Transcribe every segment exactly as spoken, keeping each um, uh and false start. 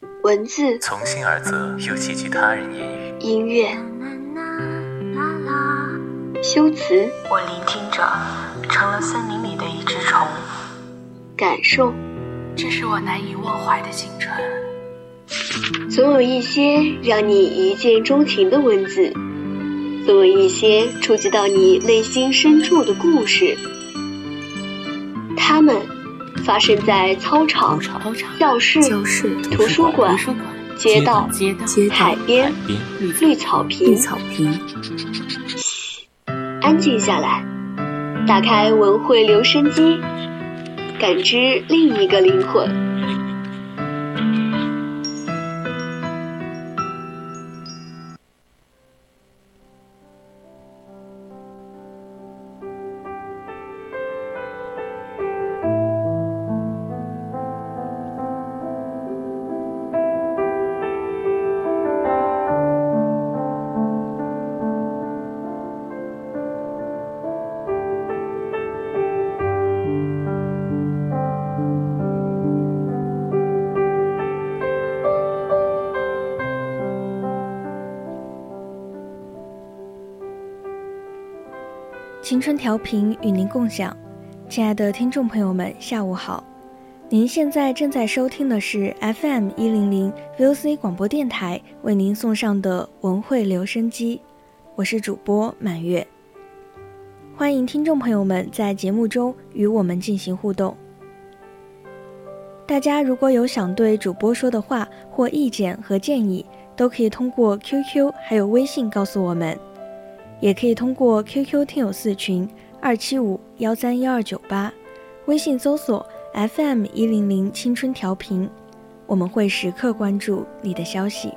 文字从心而泽，又寄居他人言语。 音乐修辞， 我聆听着，成了森林里的一只虫。 感受， 这是我难以忘怀的青春。 总有一些让你一见钟情的文字，总有一些触及到你内心深处的故事。它们发生在操场、教室、图书馆、街道、海边、绿草坪。嘘，安静下来，打开文汇留声机，感知另一个灵魂。 青春调频与您共享，亲爱的听众朋友们，下午好！您现在正在收听的是 F M 一零零 V O C 广播电台为您送上的文汇留声机，我是主播满月。欢迎听众朋友们在节目中与我们进行互动。大家如果有想对主播说的话或意见和建议，都可以通过 Q Q 还有微信告诉我们。也可以通过 Q Q 听友四群二七五幺三幺二九八，微信搜索 F M 一零零青春调频，我们会时刻关注你的消息。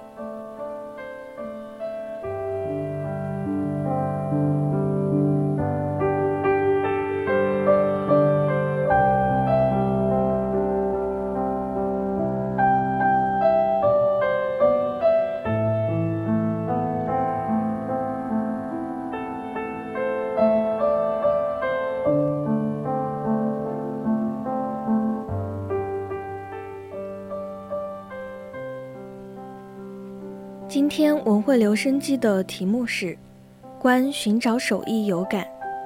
今天文汇留声机的题目是观寻找手艺有感。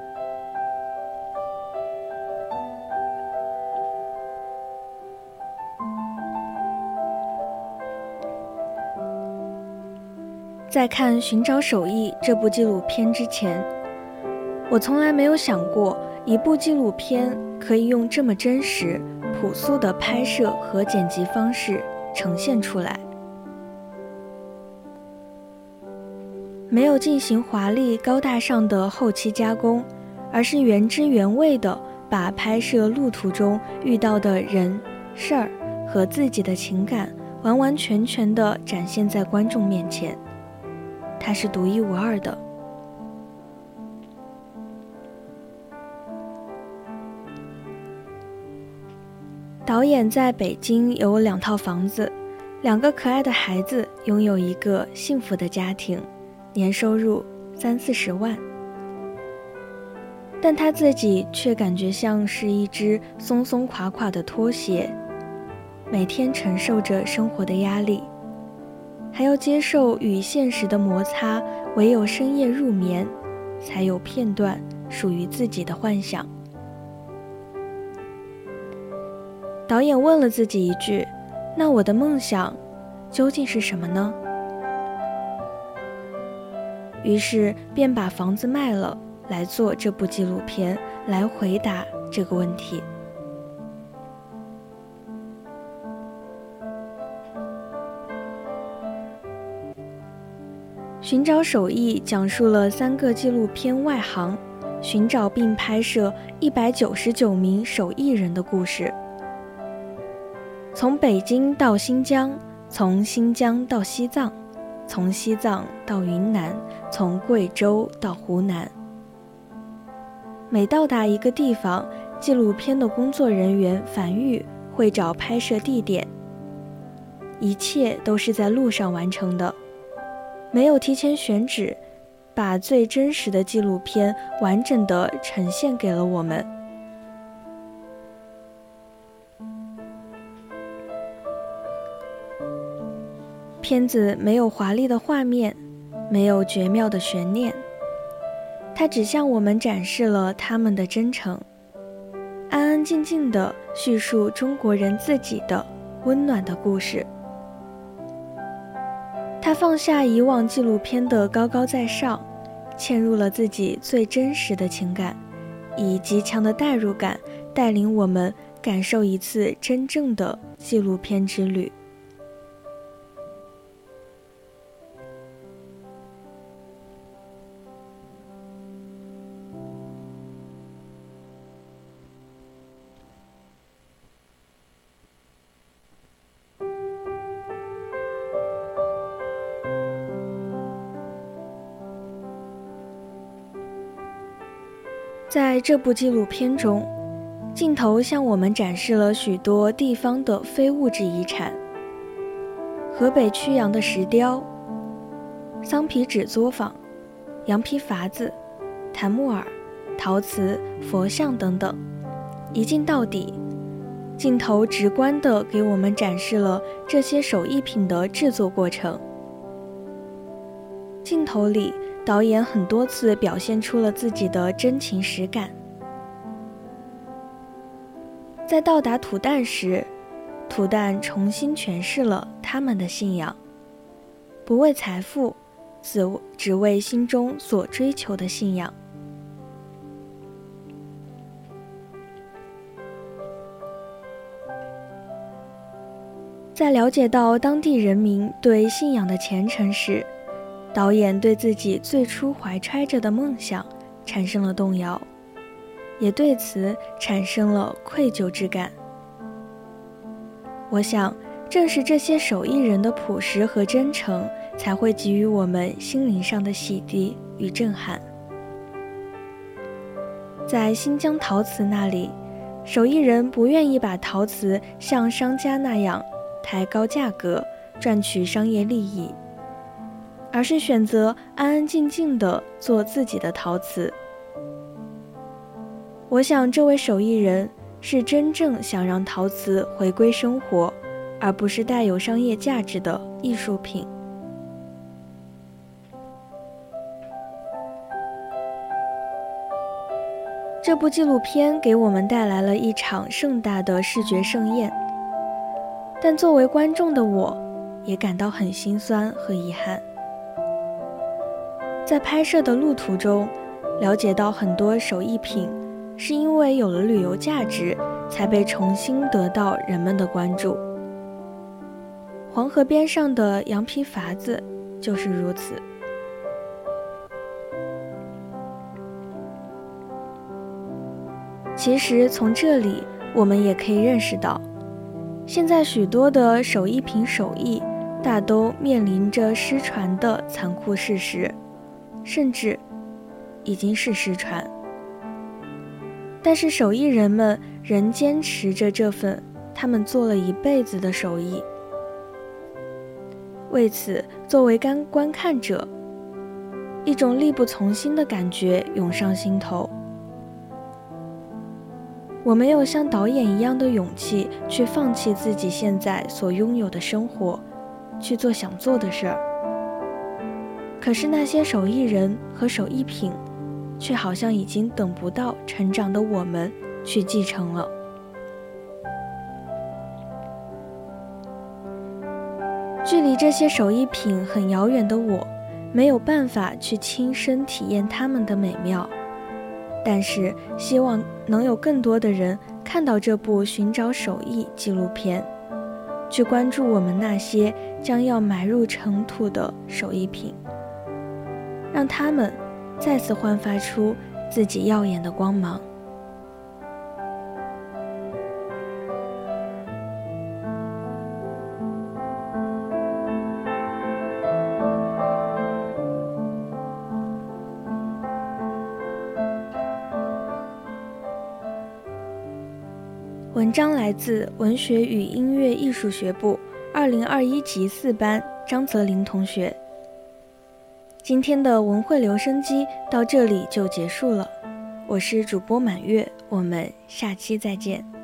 在看《寻找手艺》这部纪录片之前，我从来没有想过一部纪录片可以用这么真实、朴素的拍摄和剪辑方式呈现出来。没有进行华丽高大上的后期加工，而是原汁原味地把拍摄路途中遇到的人、事儿和自己的情感完完全全地展现在观众面前，它是独一无二的。导演在北京有两套房子，两个可爱的孩子，拥有一个幸福的家庭，年收入三四十万，但他自己却感觉像是一只松松垮垮的拖鞋，每天承受着生活的压力，还要接受与现实的摩擦，唯有深夜入眠，才有片段属于自己的幻想。导演问了自己一句：那我的梦想究竟是什么呢？于是便把房子卖了，来做这部纪录片，来回答这个问题。寻找手艺讲述了三个纪录片外行寻找并拍摄一百九十九名手艺人的故事，从北京到新疆，从新疆到西藏，从西藏到云南，从贵州到湖南。每到达一个地方，纪录片的工作人员樊玉会找拍摄地点，一切都是在路上完成的，没有提前选址，把最真实的纪录片完整地呈现给了我们。 片子没有华丽的画面，没有绝妙的悬念，它只向我们展示了他们的真诚，安安静静地叙述中国人自己的温暖的故事。他放下以往纪录片的高高在上，嵌入了自己最真实的情感，以极强的代入感带领我们感受一次真正的纪录片之旅。在这部纪录片中，镜头向我们展示了许多地方的非物质遗产：河北曲阳的石雕、桑皮纸作坊、羊皮筏子、檀木耳、陶瓷、佛像等等。一镜到底，镜头直观地给我们展示了这些手艺品的制作过程。镜头里，导演很多次表现出了自己的真情实感。在到达土旦时，土旦重新诠释了他们的信仰：不为财富，只只为心中所追求的信仰。在了解到当地人民对信仰的虔诚时，导演对自己最初怀揣着的梦想产生了动摇，也对此产生了愧疚之感。我想，正是这些手艺人的朴实和真诚，才会给予我们心灵上的洗涤与震撼。在新疆陶瓷那里，手艺人不愿意把陶瓷像商家那样抬高价格，赚取商业利益，而是选择安安静静地做自己的陶瓷。我想这位手艺人是真正想让陶瓷回归生活，而不是带有商业价值的艺术品。这部纪录片给我们带来了一场盛大的视觉盛宴，但作为观众的我，也感到很心酸和遗憾。在拍摄的路途中，了解到很多手艺品是因为有了旅游价值，才被重新得到人们的关注。黄河边上的羊皮筏子就是如此。其实从这里我们也可以认识到，现在许多的手艺品手艺大都面临着失传的残酷事实，甚至已经是失传。但是手艺人们仍坚持着这份他们做了一辈子的手艺。为此，作为观观看者，一种力不从心的感觉涌上心头。我没有像导演一样的勇气去放弃自己现在所拥有的生活，去做想做的事儿。可是那些手艺人和手艺品，却好像已经等不到成长的我们去继承了。距离这些手艺品很遥远的我，没有办法去亲身体验它们的美妙。但是希望能有更多的人看到这部寻找手艺纪录片，去关注我们那些将要埋入尘土的手艺品，让他们再次焕发出自己耀眼的光芒。文章来自文学与音乐艺术学部二零二一级四班张泽林同学。今天的文汇留声机到这里就结束了，我是主播满月，我们下期再见。